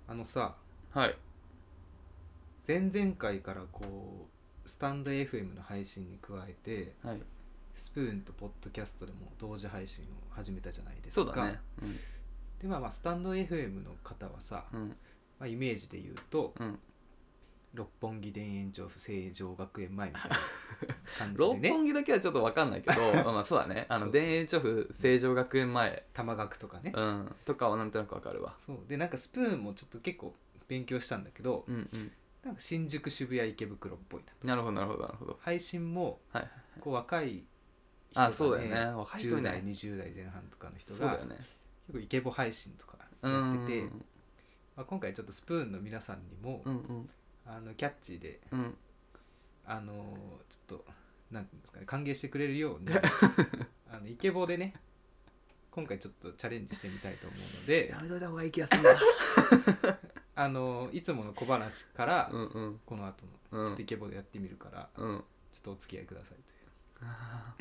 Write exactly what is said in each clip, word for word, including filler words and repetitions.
あのさ、 はい。 前々回からこうスタンド エフエム の配信に加えて、 はい。 スプーンとポッドキャストでも同時配信を始めたじゃないですか。 そうだね。うん。 でまあまあスタンド エフエム の方はさ、 うん。 まあ、イメージで言うと、 うん、 六本木田園調布成城学園前みたいな感じで六ね本木だけはちょっと分かんないけどまあまあそうだね。あの田園調布成城学園前、 玉学とかね、 うん、とかはなんとなく分かるわ。 そうでなんかスプーンもちょっと結構勉強したんだけど、 うんうん。 なんか新宿渋谷池袋っぽいな。 なるほどなるほどなるほど。 配信もはいはい。 こう若い人あ、 が、ね、 そうだよね。若い人ね。 じゅう代にじゅう代前半とかの人がそうだよね。 結構イケボ配信とかうやってて、 んまあ、今回ちょっとスプーンの皆さんにも、 うんうんあのキャッチーで、 うん。 あのちょっとなんていうんですかね、歓迎してくれるようにあのイケボでね今回ちょっとチャレンジしてみたいと思うので、 やめといた方がいい気がするなあのいつもの小話からうんうんこの後のちょっとイケボでやってみるから、 うん。 ちょっとお付き合いくださいあと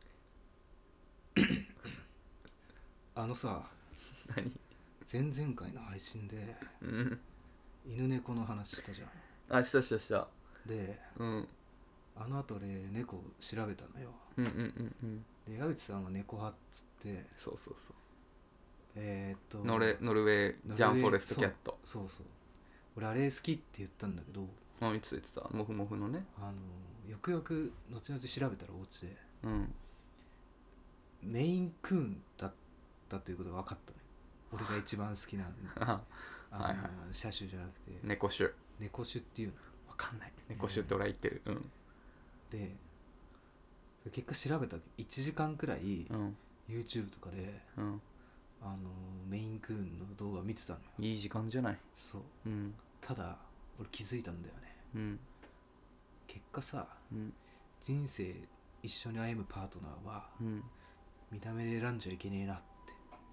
いうあのさ、 何？ 前々回の配信でうん。 犬猫の話したじゃん。 あ、したしたした。 でうんあの後俺猫調べたのよ。 うんうんうんうん。 で矢口さんは猫派っつって、 そうそうそえー、っとう。ノレノルウェージャンフォレストキャット。 そうそうそう、俺あれ好きって言ったんだけど、 あ、いつ言ってたモフモフのね。 あのよくよく後々調べたらお家でうん。 メインクーンだったということが分かったね。俺が一番好きなあの、 はいはい、 車種じゃなくて猫種。 猫種っていうのわかんない。猫種って俺は言ってる。うん。 で結果調べたいちじかんくらい、 うん、 YouTube とかで、 うん、 あのメインクーンの動画見てたのよ。 いい時間じゃない。 そう、 うん、 ただ俺気づいたんだよね。 うん、 結果さ、 うん、 人生一緒に歩むパートナーは、 うん、 見た目で選んじゃいけねえなって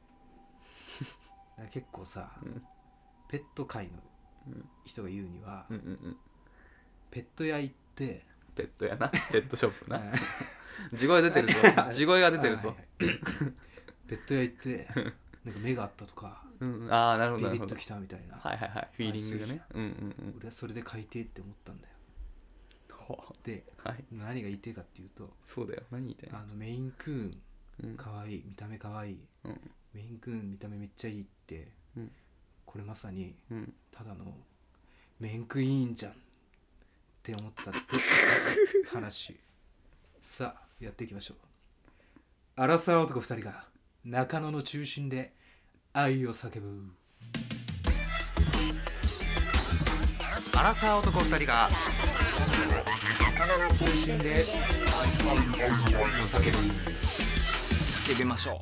だから結構さ、 うん、 ペット界の人が言うには、 うん、うん、 ペット屋行ってペットやな、ペットショップな地声出てるぞ、地声が出てるぞ、はいはい、 ペット屋行ってなんか目があったとか、 うん、ああなるほどなるほど、 ビビッときたみたいな、 はいはいはい、フィーリングがね、うんうんうん、 俺はそれで買いてえって思ったんだよ。で、 はい、 何が言いてえかっていうと、 そうだよ、何言いたいの。 あのメインクーンかわいい、見た目かわいい、うん、メインクーン見た目めっちゃいいって、うん、これまさに、うん、ただのメンクイーンじゃんって思ったって話さあやっていきましょう。アラサー男ふたりが中野の中心で愛を叫ぶ。アラサー男ふたりが中野の中心で愛を叫ぶ。叫びましょう。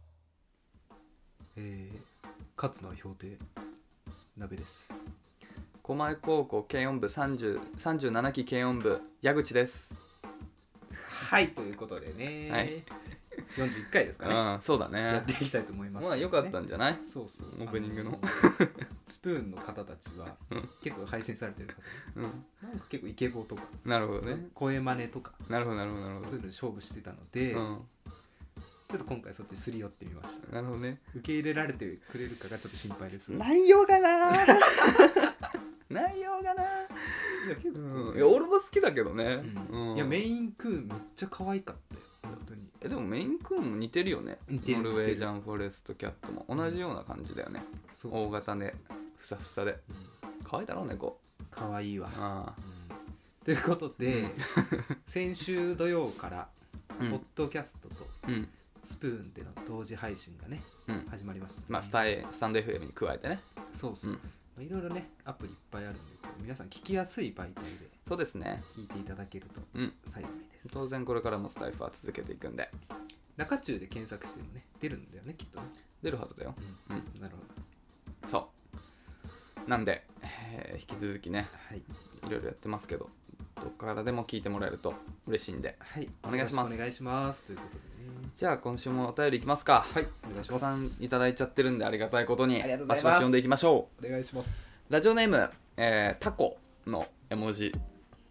えー、勝つのは標定鍋です。 狛江高校軽音部さんじゅう、さんじゅうななき軽音部矢口です。 はい、ということでね、はい、よんじゅういっかいですかね。 うん、そうだね。やっていきたいと思います、ね。 まあ良かったんじゃない？ そうそう。 オープニングのスプーンの方たちは、うん、結構配信されてる方、うん、なんか結構イケボとか、 なるほどね。 声真似とか、 なるほどなるほどなるほど。 そういうので勝負してたので、うん、ちょっと今回そっちすり寄ってみました。 なるほどね。 受け入れられてくれるかがちょっと心配です。 内容がな内容がないや結構、うん、いや俺も好きだけどね、 うんうん、いやメインクーンめっちゃ可愛かったよ本当に。 えでもメインクーンも似てるよね。ノルウェージャンフォレストキャットも同じような感じだよね、うん、そうそうそう、大型でふさふさで、うん、可愛いだろう猫。 可愛いわ。 あ、 うん、ということで、うん、先週土曜からポッドキャストとスプーンでの同時配信がね、うん、始まりました、ね。 まあスタイスタンド エフエム に加えてね。 そうそう、うん、いろいろねアプリいっぱいあるんで皆さん聞きやすい媒体でそうですね聞いていただけると幸いです、 うん、当然これからもスタイフは続けていくんで、 中中で検索してもね出るんだよねきっとね。 出るはずだよ、 うんうん、なるほど。そうなんで、えー、引き続きね、はい、いろいろやってますけどどっからでも聞いてもらえると嬉しいんで、はい、お願いします。 お願いしますということでね。 じゃあ今週もお便りいきますか。 はい、お願いします。 たくさんいただいちゃってるんでありがたいことにバシバシバシ読んでいきましょう。お願いします。 ラジオネーム、えー、タコの絵文字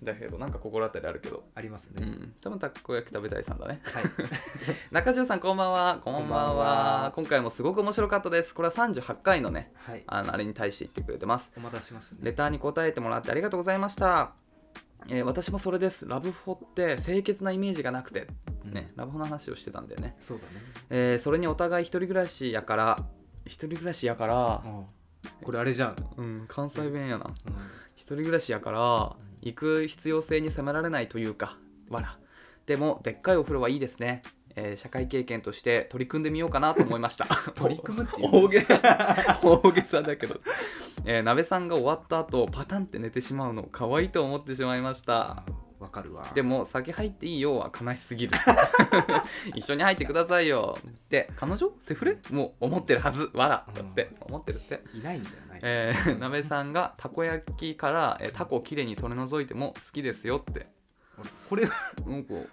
だけどなんか心当たりあるけどありますね、 うん、多分たこ焼き食べたいさんだね。 はい中条さんこんばんは。こんばんは。今回もすごく面白かったです。これはさんじゅうはちかいのね、はい、あのあれに対して言ってくれてます。 お待たせしました、ね、 レターに答えてもらってありがとうございました。えー、私もそれです。ラブホって清潔なイメージがなくて、ね、うん、ラブホの話をしてたんだよね。 そうだね、 えー、それにお互い一人暮らしやから一人暮らしやから、 うん、これあれじゃん、 うん、関西弁やな、うん、一人暮らしやから、うん、行く必要性に迫られないというか、わらでもでっかいお風呂はいいですね。えー、社会経験として取り組んでみようかなと思いました。 取り組むっていう大げさ大げさだけど、えー、鍋さんが終わった後パタンって寝てしまうの可愛いと思ってしまいました。 わかるわ。 でも先入っていいよは悲しすぎる。一緒に入ってくださいよって彼女セフレもう思ってるはず。わらだって思ってるっていないんだよね。 えー、鍋さんがたこ焼きから、えー、タコをきれいに取り除いても好きですよって。 これなんか、うん、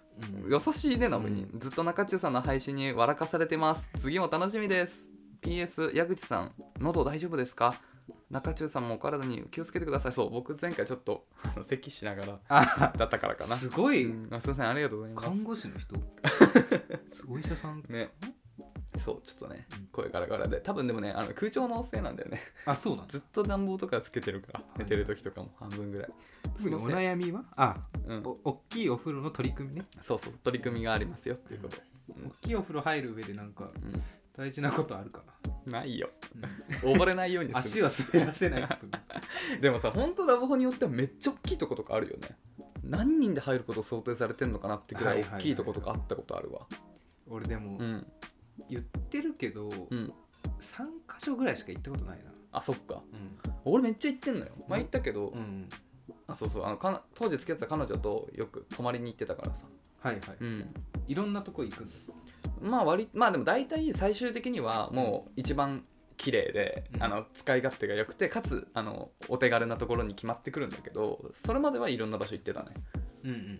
優しいね鍋に、うん、ずっと中中さんの配信に笑かされてます。次も楽しみです。 ピーエス 矢口さん喉大丈夫ですか。中中さんもお体に気をつけてください。そう僕前回ちょっと咳しながらだったからかな。 すごい、 うん、あすいませんありがとうございます。 看護師の人お医者さんね。そうちょっとね、うん、声ガラガラで多分でもねあの空調のせいなんだよね。 あそうなんずっと暖房とかつけてるから、はい、寝てる時とかも半分ぐらい。 特にお悩みはあ、うん、お大きいお風呂の取り組みね。 そうそう取り組みがありますよっていうこと、 うんうん、大きいお風呂入る上でなんか、うん、大事なことあるかな。ないよ、うん、溺れないように足は滑らせないでもさ本当ラブホによってはめっちゃ大きいとことかあるよね。何人で入ること想定されてんのかなってくらい大きいとことかあったことあるわ、はいはいはい、俺でも、うん、言ってるけど、うん、さんかしょぐらいしか行ったことないな。 あそっか、うん、俺めっちゃ行ってんのよ。前行ったけど、うん、あそうそうあのか当時付き合ってた彼女とよく泊まりに行ってたからさ。 はいはい、うん、いろんなとこ行くんだ。 まあ割まあでも大体最終的にはもう一番綺麗で、うん、あの使い勝手が良くてかつあのお手軽なところに決まってくるんだけど、それまではいろんな場所行ってたね。うんうん、うん、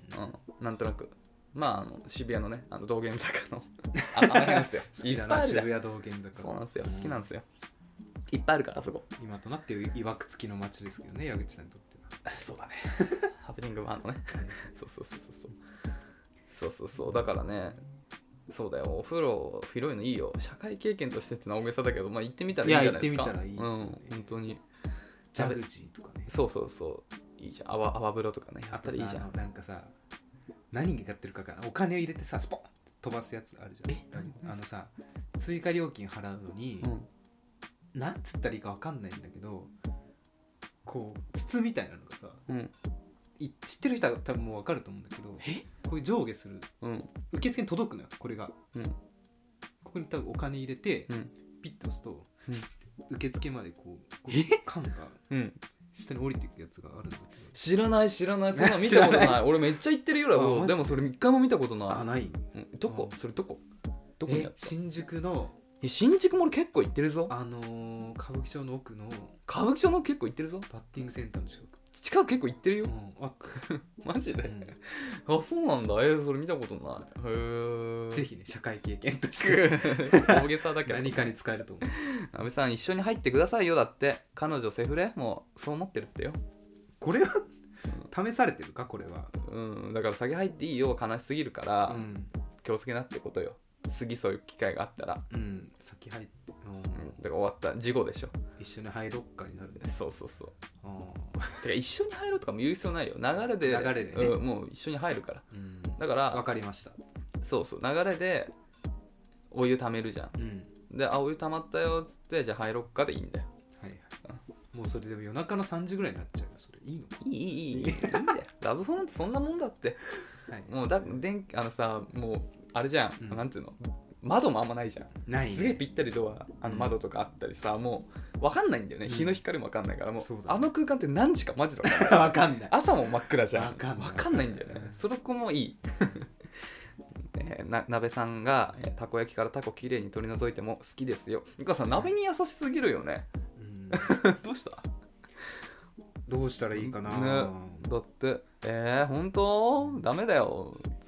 なんとなくまあ、あの渋谷のねあの道玄坂のあの辺ですよ。 好きだな渋谷道玄坂。 そうなんですよ、好きなんですよ。いっぱいあるからあそこ。 今となっていわくつきの街ですけどね、矢口さんにとっては。 そうだね。ハプニングバーのね。そうそうそうそうそうそうそうだからね。そうだよお風呂広いのいいよ。社会経験としてってのは大げさだけど、まあ行ってみたらいいんじゃないですか。 いや行ってみたらいいですよね、 うん、本当にジャグジーとかね。 そうそうそういいじゃん。泡泡風呂とかねやったらいいじゃん。 なんかさ何がやってるかかお金を入れてさスポンって飛ばすやつあるじゃん。あのさ追加料金払うのに、うん、なんつったらいいか分かんないんだけどこう筒みたいなのがさ、うん、知ってる人は多分もう分かると思うんだけどこういう上下する、うん、受付に届くのよこれが、うん、ここに多分お金入れて、うん、ピッと押すと、うん、受付までこう、こう缶が、うん下に降りていくやつがあるんだけど。 知らない知らないそんな見たことない俺めっちゃ行ってるよラブホ。でもそれ一回も見たことない。 あない、 うん、どこそれどこどこにあった。 新宿のえ新宿も俺結構行ってるぞ。 あのー、歌舞伎町の奥の歌舞伎町の結構行ってるぞ。 バッティングセンターの近く近く結構行ってるよ、うん、 あマジで、うん、あそうなんだ。えー、それ見たことない。へーぜひね社会経験として大げさだけど何かに使えると思う。 安部さん一緒に入ってくださいよ。だって彼女セフレもうそう思ってるってよ。 これは試されてるかこれは。 うんだから先入っていいよ悲しすぎるから、うん、気をつけなってことよ。次そういう機会があったら、 うん、先入って、うん、 だから終わった事後でしょ。 一緒に入ろっかになるで。そうそうそうてか一緒に入ろうとかも言う必要ないよ。流れで流れで、ねうん、もう一緒に入るから、うん、だから分かりました。 そうそう流れでお湯ためるじゃん、うん、であお湯たまったよっつってじゃあ入ろっかでいいんだよ。はいはい、 うん、もうそれでも夜中のさんじぐらいになっちゃうよ。それいいのいいいいいいいいいんだよラブホなんてそんなもんだって、はい、もうだ電あのさもうあれじゃん、うん、なんつうの窓もあんまないじゃん。ない、ね、すげえぴったりドアあの窓とかあったりさ、うん、もう分かんないんだよね、うん、日の光も分かんないからもう、うあの空間って何時かマジで分かんない分かんない朝も真っ暗じゃん。 分かんない、 分かんないんだよね。その子もいいえー、な鍋さんが、えー、たこ焼きからタコきれいに取り除いても好きですよ。お母さん鍋に優しすぎるよね、うん、どうしたどうしたらいいかな、 ね、だってえー、本当ダメだよ。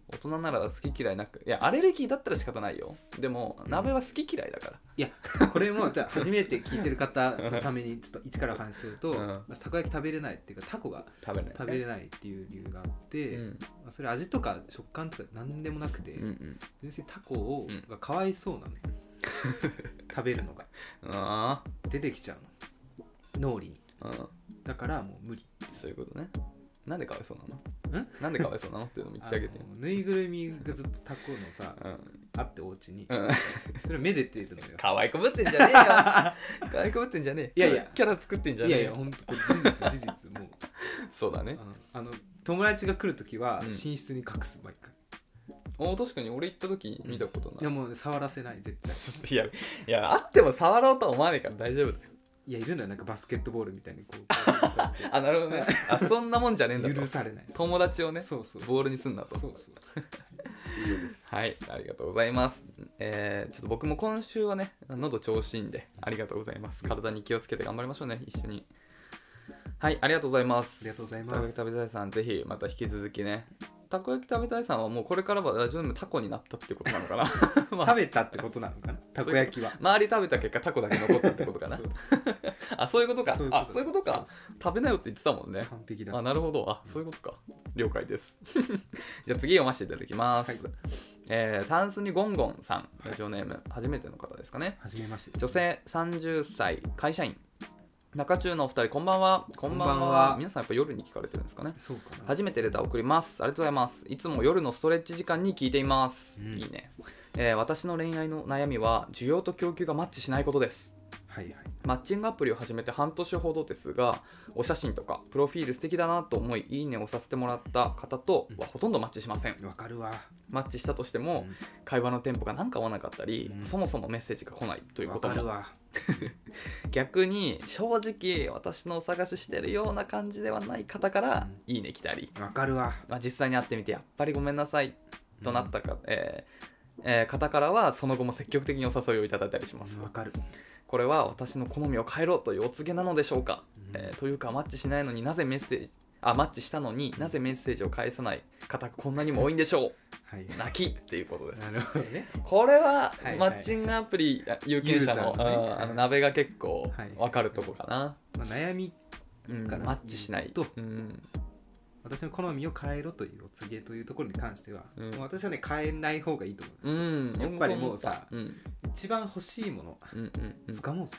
大人なら好き嫌いなく、いやアレルギーだったら仕方ないよ。でも鍋は好き嫌いだから、 いやこれもじゃあ初めて聞いてる方のためにちょっと一からお話しすると、うん、たこ焼き食べれないっていうかタコが食べれない、食べれないっていう理由があって、うん、それ味とか食感とか何でもなくて、うんうん、全然タコを、うん、がかわいそうなのよ食べるのがあ出てきちゃうの脳裏に、うん、だからもう無理。 そういうことね。なんでかわいそうなの？んなんでかわいそうなのっていうのも言ってあげてよ。 ぬいぐるみがずっとタコのさ、うん、あってお家に、うん、それめでてるのよ。 かわいこぶってんじゃねえよかわいこぶってんじゃねえ。いやいやキャラ作ってんじゃねえよ。 いやいやほんとこれ事実事実もうそうだね。 あの友達が来るときは寝室に隠す毎回、 うん、お確かに俺行った時見たことない、うん、 いやもう触らせない絶対いやいやあっても触ろうとは思わないから大丈夫だよ。 いやいるのよ、なんかバスケットボールみたいにこうあなるほどねあそんなもんじゃねえんだと。 許されない。 友達をねそうそうそうボールにすんなと。 そうそうそう以上です。 はいありがとうございます、えー、ちょっと僕も今週はね喉調子いいんでありがとうございます。体に気をつけて頑張りましょうね一緒に。はいありがとうございます。 ありがとうございます。 たこ焼き食べたいさんぜひまた引き続きね。たこ焼き食べたいさんはもうこれからはラジオネームタコになったってことなのかな、 まあ、食べたってことなのかな。たこ焼きは周り食べた結果タコだけ残ったってことかなそうあそういうことか。そういうことあそういうことか。食べなよって言ってたもんね。 完璧だ。 あなるほど。あそういうことか。了解ですじゃあ次読ませていただきます、はいえー、タンスにゴンゴンさんラジオネーム、はい、初めての方ですかね。 初めまして。 女性さんじゅっさい会社員。中中のお二人こんばんは。こんばんは。皆さんやっぱ夜に聞かれてるんですかね。 そうかな。 初めてレターを送ります。ありがとうございます。いつも夜のストレッチ時間に聞いています、うん、いいね、えー、私の恋愛の悩みは需要と供給がマッチしないことです。はいはい、マッチングアプリを始めて半年ほどですが、お写真とかプロフィール素敵だなと思いいいねをさせてもらった方とはほとんどマッチしません。 わかるわ。 マッチしたとしても、うん、会話のテンポがなんか合わなかったり、うん、そもそもメッセージが来ないということも。わかるわ逆に正直私のお探ししてるような感じではない方から、うん、いいね来たり。 わかるわ、 まあ、実際に会ってみてやっぱりごめんなさいとなったか、うんえーえー、方からはその後も積極的にお誘いをいただいたりします。 わかる。 これは私の好みを変えろというお告げなのでしょうか、うんえー、というかマッチしないのになぜメッセージあマッチしたのになぜメッセージを返さない方がこんなにも多いんでしょうはい、泣きっていうことです。 なるほどね。 これはマッチングアプリ有権者 の, の、ね、あの鍋が結構分かるとこかな、 はいはいまあ、悩みから、うん、マッチしないと、うん、私の好みを変えろというお告げというところに関しては、うん、もう私はね変えない方がいいと思うんです、うん、やっぱりもうさ、うん、一番欲しいもの、うんうんうん、掴もうぜ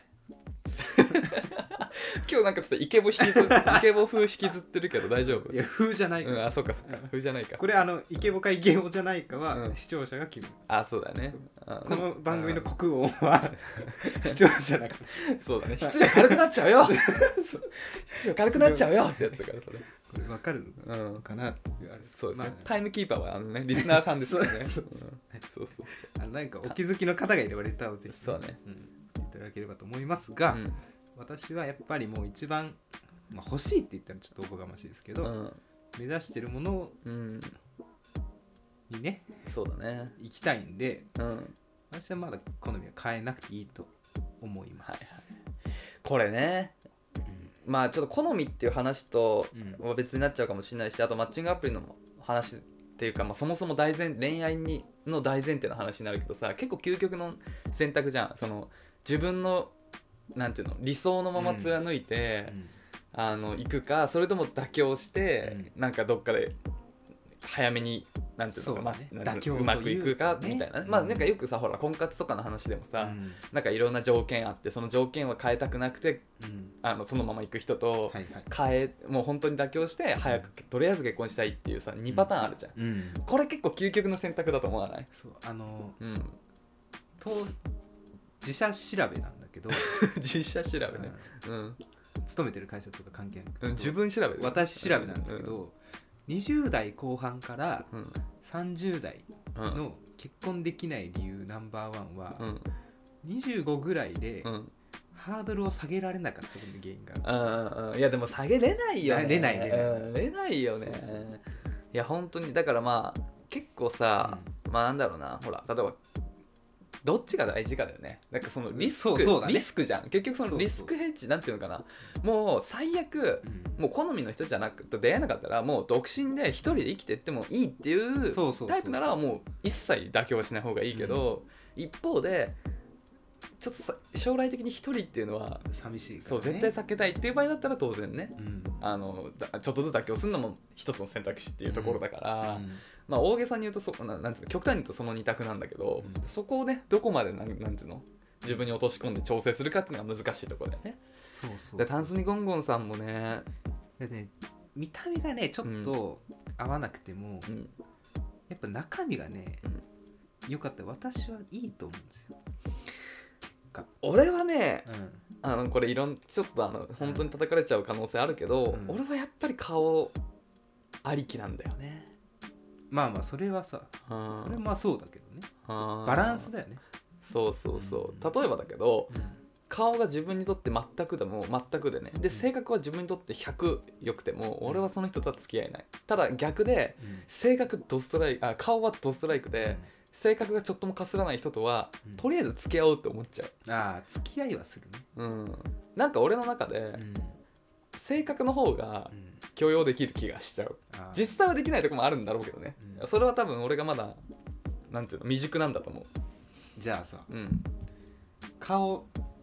今日なんかちょっとイケボ引きずイケボ風引きずってるけど大丈夫？ いや風じゃないか、 うん、あそうかそうか風じゃないか。 これあのイケボかイケボじゃないかは、うん、視聴者が決める。 あそうだね。 この番組の国音は視聴者だからそうだね。質量軽くなっちゃうよ質量軽くなっちゃうよってやつだからそれ。 これ分かるのかなって言われる。 そうですね、まあ、タイムキーパーはあの、ね、リスナーさんですよねそうそうそう、うん、そうそうあのなんかお気づきの方がいればレターをぜひ、 そうね、 うん、いただければと思いますが、うん私はやっぱりもう一番、まあ、欲しいって言ったらちょっとおこがましいですけど、うん、目指してるものにね、 うん、そうだね行きたいんで、うん、私はまだ好みは変えなくていいと思います、はいはい、 これね、うん、まあちょっと好みっていう話とは別になっちゃうかもしれないし、あとマッチングアプリの話っていうか、まあ、そもそも大前恋愛にの大前提の話になるけどさ、結構究極の選択じゃん。その自分のなんていうの理想のまま貫いて、うん、あの行くか、それとも妥協して、うん、なんかどっかで早めになんていうのか、ねまあ、妥協うまくいくかみたいな、ね、まあなんかよくさ、ほら婚活とかの話でもさ、うん、なんかいろんな条件あって、その条件は変えたくなくて、うん、あのそのまま行く人と、はいはい、変えもう本当に妥協して早く、うん、とりあえず結婚したいっていうさにパターンあるじゃん、うん、これ結構究極の選択だと思わない？ そうあの、うん、と自社調べなんだけど自社調べね、 うん、勤めてる会社とか関係なく、 うん、自分調べ私調べなんですけど、うん、にじゅう代後半からさんじゅう代の結婚できない理由ナンバーワンは、うん、にじゅうごぐらいで、うん、ハードルを下げられなかったことの原因がある。いやでも下げれないよね。 出ない出ない、 うん、出ないよね。そうそういや本当にだからまあ結構さ、うん、まあなんだろうな、ほら例えばどっちが大事かだよね。なんかそのリスク、 そうそうだね、 リスクじゃん結局。そのリスクヘッジなんていうのかな、もう最悪、うん、もう好みの人じゃなくて出会えなかったらもう独身で一人で生きていってもいいっていうタイプならもう一切妥協はしない方がいいけど、うん、一方でちょっとさ将来的に一人っていうのは寂しいから、ね、 そう絶対避けたいっていう場合だったら当然ね、 うん、 あのちょっとずつ妥協するのも一つの選択肢っていうところだから、 うん、 まあ大げさに言うとそななんていうの極端に言うとその二択なんだけど、うん、そこをねどこまでなんなんていうの自分に落とし込んで調整するかっていうのが難しいところだよね。 そうそうそう。 でタンスニゴンゴンさんもね、 でね見た目がねちょっと合わなくても、うん、やっぱ中身がね、うん、よかったら私はいいと思うんですよ。 俺はね、 うん、 あのこれいろんちょっとあの本当に叩かれちゃう可能性あるけど、うん、俺はやっぱり顔ありきなんだよね。 まあまあそれはさ、それはまあそうだけどね、バランスだよね。 そうそうそう、うん、例えばだけど、うん、顔が自分にとって全くでも全くでね、で性格は自分にとってひゃく良くても、俺はその人とは付き合えない。ただ逆で、うん、性格ドストライク、あ顔はドストライクで、うん、性格がちょっともかすらない人とは、うん、とりあえず付き合おうって思っちゃう。 ああ付き合いはするね。 うん。なんか俺の中で、うん、性格の方が許容できる気がしちゃう。実際はできないとこもあるんだろうけどね。うん、それは多分俺がまだなんていうの未熟なんだと思う。 じゃあさ、 うん、 顔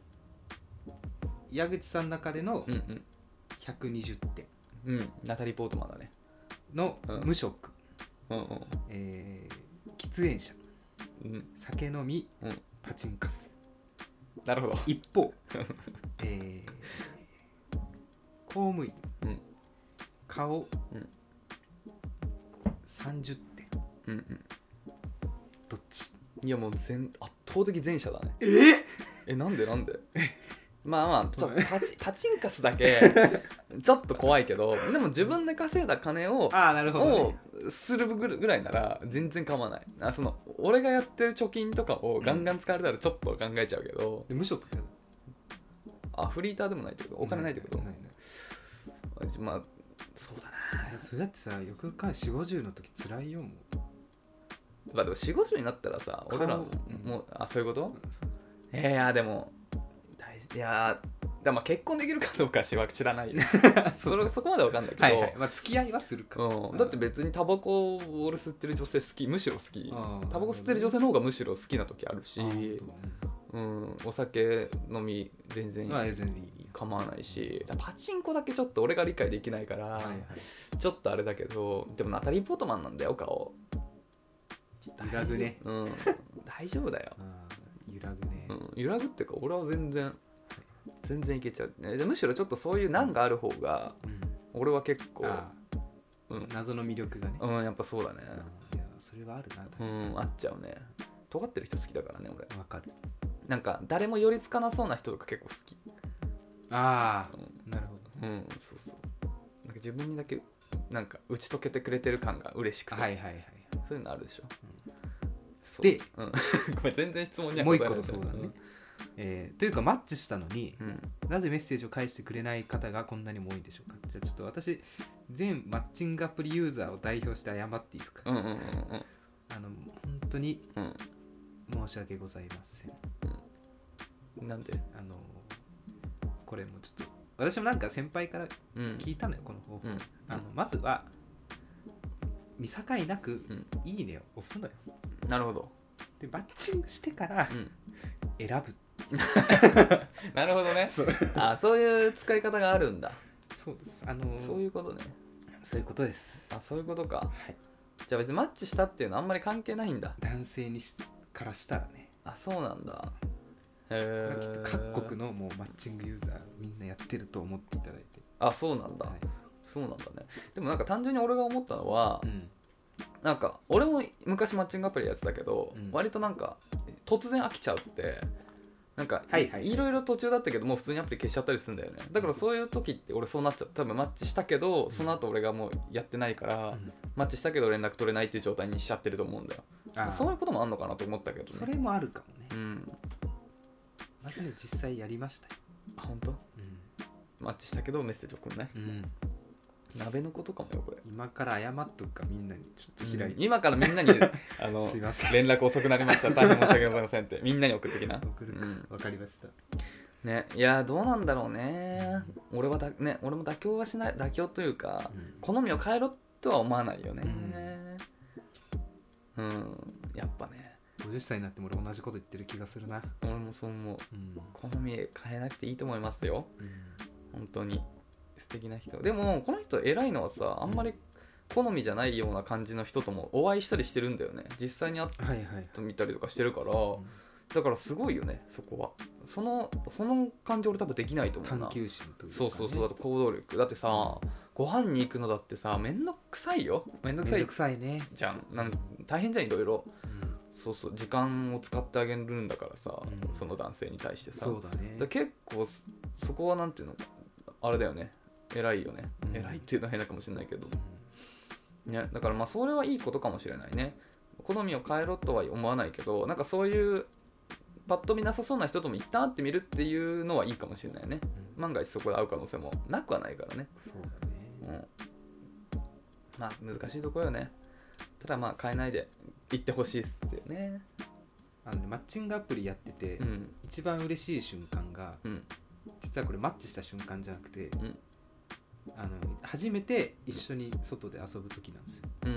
矢口さんの中でのひゃくにじゅってん、 うんうん、ナタリー・ポートマンだねの無職、 うんうんうん、 えー、喫煙者、うん、酒飲み、うん、パチンカス。 なるほど。 一方、えー、公務員、うん、顔、うん、さんじゅってん、うんうん、どっち？ いやもう全圧倒的前者だね。 ええなんでなんでまあまあちょっとパチ、パチンカスだけちょっと怖いけど、でも自分で稼いだ金をあなるほど、ね、 をするぐらいなら全然構わない。あその俺がやってる貯金とかをガンガン使われたらちょっと考えちゃうけど、 うん、無職ってあフリーターでもないってこと？お金ないってこと？ないないまあそうだな。 それだってさよくかよんじゅうの時辛いよもう。 まあでもよんじゅうになったらさ俺らも、うん、もうあそういうこと？うん、えー、いやでも大事いやでも結婚できるかどうかは知らないよそれそこまでは分かんないけど、はいはい、 まあ、付き合いはするか、 うん、だって別にタバコを俺吸ってる女性好き、むしろ好き。タバコ吸ってる女性の方がむしろ好きな時あるし、うん、お酒飲み全然構わないし、パチンコだけちょっと俺が理解できないから、はいはい、ちょっとあれだけど、でもナタリー・ポートマンなんだよ顔。 揺らぐね、 うん、大丈夫だよ。 揺らぐね、 うん、揺らぐっていうか俺は全然全然いけちゃう、ね、むしろちょっとそういう難がある方が、うん、俺は結構、 うん、謎の魅力がね、 うん、やっぱそうだね、 うん、いやそれはあるな確かに、 うん、あっちゃうね。尖ってる人好きだからね俺。 わかる。 なんか誰も寄りつかなそうな人とか結構好き。 ああ、うん、なるほど、 うん、そうそう。なんか自分にだけなんか打ち解けてくれてる感が嬉しくて、 はいはいはい、 そういうのあるでしょ、 うん、で、 うん、ごめん全然質問には答えない。もう一個そうだね、うん、えー、というかマッチしたのに、うん、なぜメッセージを返してくれない方がこんなにも多いんでしょうか。じゃあちょっと私全マッチングアプリユーザーを代表して謝っていいですか。 うんうんうんうん、 あの本当に申し訳ございません、 うん、なんであのこれもちょっと私もなんか先輩から聞いたのよ、うん、この方法、うん、あのまずは見境なくいいねを押すのよ、 うん、なるほど。 でマッチングしてから選ぶ、 うん、なるほどね。そうあそういう使い方があるんだ。 そうです、あのー、 そういうことね。 そういうことです。 あそういうことか、 はい、 じゃあ別にマッチしたっていうのはあんまり関係ないんだ、 男性にしからしたらね。 あそうなんだ。へえ。 きっと各国のもうマッチングユーザーみんなやってると思っていただいて。 あそうなんだ、はい、そうなんだね。でもなんか単純に俺が思ったのは、うん、なんか俺も昔マッチングアプリやってたけど、うん、割となんか突然飽きちゃうってなんか、はいはいはい、いろいろ途中だったけどもう普通にアプリ消しちゃったりするんだよね。だからそういう時って俺そうなっちゃう。多分マッチしたけど、うん、その後俺がもうやってないから、うん、マッチしたけど連絡取れないっていう状態にしちゃってると思うんだよ。そういうこともあんのかなと思ったけどね。 それもあるかもね。 うん。 まずね実際やりましたよ。 あ本当？うん。マッチしたけどメッセージ送るね。うん。 鍋のことかもよこれ。 今から謝っとくかみんなにちょっと開いて、 うん、今からみんなにあのすいません連絡遅くなりました大変申し訳ございませんってみんなに送ってきな。 送るか、 うん、 分かりましたね。いやどうなんだろうね。俺はだね俺も妥協はしない、妥協というか、うん、好みを変えろとは思わないよね。うん、うん、やっぱねごじゅっさいになっても俺同じこと言ってる気がするな。 俺もそう思う、うん、好み変えなくていいと思いますよ、うん、本当に素敵な人。でもこの人偉いのはさ、あんまり好みじゃないような感じの人ともお会いしたりしてるんだよね、実際に会ってみたりとかしてるから、はいはい、だからすごいよねそこは。そのその感じ俺多分できないと思うな。 探求心というか、ね、 そうそうそう。だと行動力だってさ、うん、ご飯に行くのだってさめんどくさいよ。めんどくさいめんどくさいねじゃん。なん大変じゃんいろいろ、うん、そうそう時間を使ってあげるんだからさ、うん、その男性に対してさ。 そうだね。 だ結構そこはなんていうのあれだよね、偉いよね、うん、偉いっていうのは変なかもしれないけど、うん、ね、だからまあそれはいいことかもしれないね。好みを変えろとは思わないけど、なんかそういうパッと見なさそうな人とも一旦会ってみるっていうのはいいかもしれないね、うん、万が一そこで会う可能性もなくはないからね。 そうだね、 うん、まあ難しいところよね。ただまあ変えないでいってほしいっすよね。 あのねマッチングアプリやってて、うん、一番嬉しい瞬間が、うん、実はこれマッチした瞬間じゃなくて、うん、あの初めて一緒に外で遊ぶ時なんですよ、うん、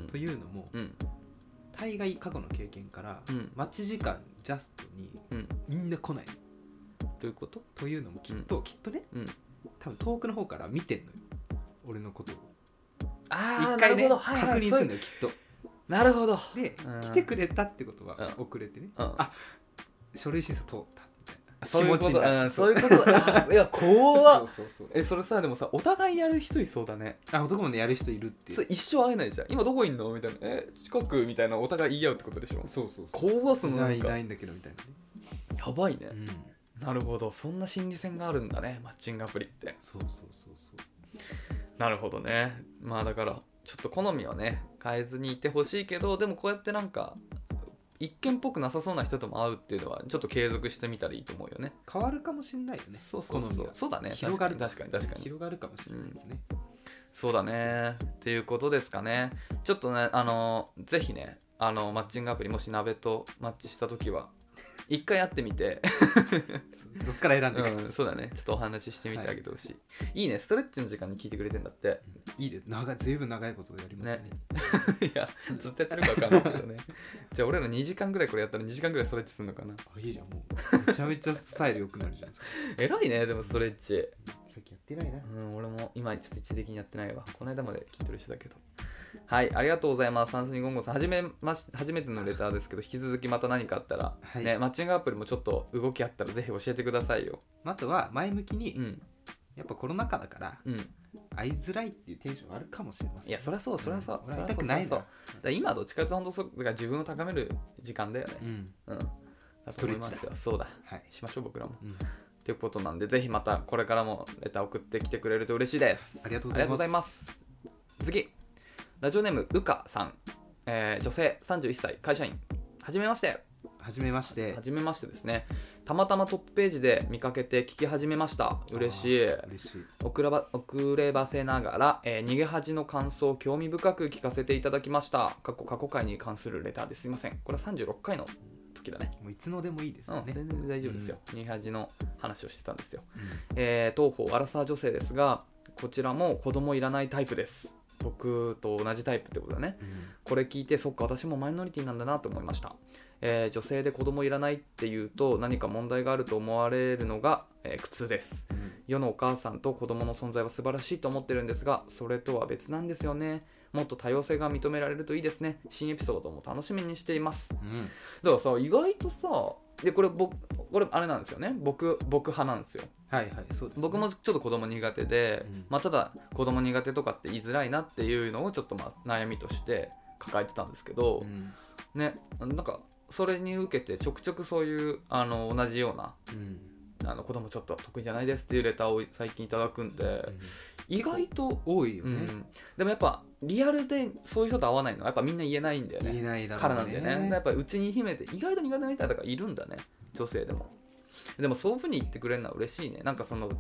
というのも、うん、大概過去の経験から、うん、待ち時間ジャストに、うん、みんな来ない。 どういうこと？ というのもきっと、うん、きっとね、うん、多分遠くの方から見てんのよ俺のことを。 あ一回ね、 はいはい、 確認するのよきっと。 なるほど。 で、うん、来てくれたってことは、うん、遅れてね、うん、あ書類審査通ったみたいなそういうこと、 気持ちになる。 そういうこといや怖っ。そうそうそう。えそれさでもさお互いやる人いそうだね。 あ男もねやる人いるっていう。 それ一生会えないじゃん。今どこいんのみたいな、え近くみたいなお互い言い合うってことでしょ。 そうそうそう。 怖っ。そのなんかいないいないんだけどみたいなね。 やばいね、うん、なるほど。そんな心理戦があるんだねマッチングアプリって。 そうそうそうそう。 なるほどね。まあだからちょっと好みはね変えずにいてほしいけど、でもこうやってなんか一見っぽくなさそうな人とも会うっていうのはちょっと継続してみたらいいと思うよね。 変わるかもしれないよね。 そうそうそう。好みはそうだね。 広がる。 確かに確かに広がるかもしれないですね、 うん、そうだねっていうことですかね。ちょっとねあのぜひねあのマッチングアプリもし鍋とマッチした時は一回会ってみてそっから選んでください、 うん、そうだね。ちょっとお話ししてみてあげてほしい、はい、いいね。ストレッチの時間に聞いてくれてんだって、 うん、いいです。長いずいぶん長いことやりますね、 ねいやずっとやってるか分かんないけどねじゃあ俺らにじかんぐらいこれやったらにじかんぐらいストレッチするのかな。 あいいじゃん。もうめちゃめちゃスタイル良くなるじゃないですか偉いねでもストレッチさっきやってないな。 うん俺も今ちょっと一時的にやってないわ。この間まで筋トレしてたけど。はいありがとうございます。サンスニゴンゴさんはじめまし初めてのレターですけど引き続きまた何かあったら、はい、ねマッチングアプリもちょっと動きあったらぜひ教えてくださいよ。 あとは前向きに、うん、やっぱコロナ禍だから、うん、会いづらいっていうテンションあるかもしれません。 いやそりゃそうそりゃそう、 うん、会いたくないだろ。今はどっちかというと本当そうだから自分を高める時間だよね。うん、うん、 ストレッチだ。 そうだ、はい、しましょう僕らも、うんということなんでぜひまたこれからもレター送ってきてくれると嬉しいです。 ありがとうございます。 次ラジオネームうかさん、えー、女性さんじゅういっさい会社員。はじめまして。 はじめましてはじめましてですね。たまたまトップページで見かけて聞き始めました。嬉しい。 嬉しい。 遅れば遅ればせながら、えー、逃げ恥の感想を興味深く聞かせていただきました。過去過去回に関するレターですいません。これはさんじゅうろっかいの時だね。 もういつのでもいいですよね、 うん、全然大丈夫ですよ、うん、逃げ恥の話をしてたんですよ、うんえー、当方アラサー女性ですがこちらも子供いらないタイプです。僕と同じタイプってことだね、うん、これ聞いてそっか私もマイノリティなんだなと思いました、えー、女性で子供いらないっていうと何か問題があると思われるのが、えー、苦痛です、うん、世のお母さんと子供の存在は素晴らしいと思ってるんですがそれとは別なんですよね。もっと多様性が認められるといいですね。新エピソードも楽しみにしています、うん、だからさ意外とさでこれ僕これあれなんですよね。僕僕派なんですよ。 はいはいそうですね、 僕もちょっと子供苦手で、うんまあ、ただ子供苦手とかって言いづらいなっていうのをちょっとまあ悩みとして抱えてたんですけど、うん、ねなんかそれに受けてちょくちょくそういうあの同じような、うん、あの子供ちょっと得意じゃないですっていうレターを最近いただくんで、うん、意外と多いよね、うん、 でもやっぱリアルでそういう人と会わないのはやっぱみんな言えないんだよね。 言えないだろうね。 からなんだよね。やっぱりうちに秘めて意外と苦手な人とかいるんだね女性でも。でもそういう風に言ってくれるのは嬉しいね。なんかその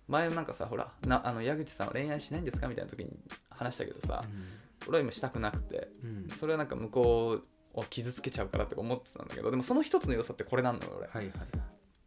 前なんかさほらなあの矢口さんは恋愛しないんですかみたいな時に話したけどさ、うん、俺は今したくなくて、うん、それはなんか向こうを傷つけちゃうからって思ってたんだけど、でもその一つの良さってこれなんだよ俺、はいはい、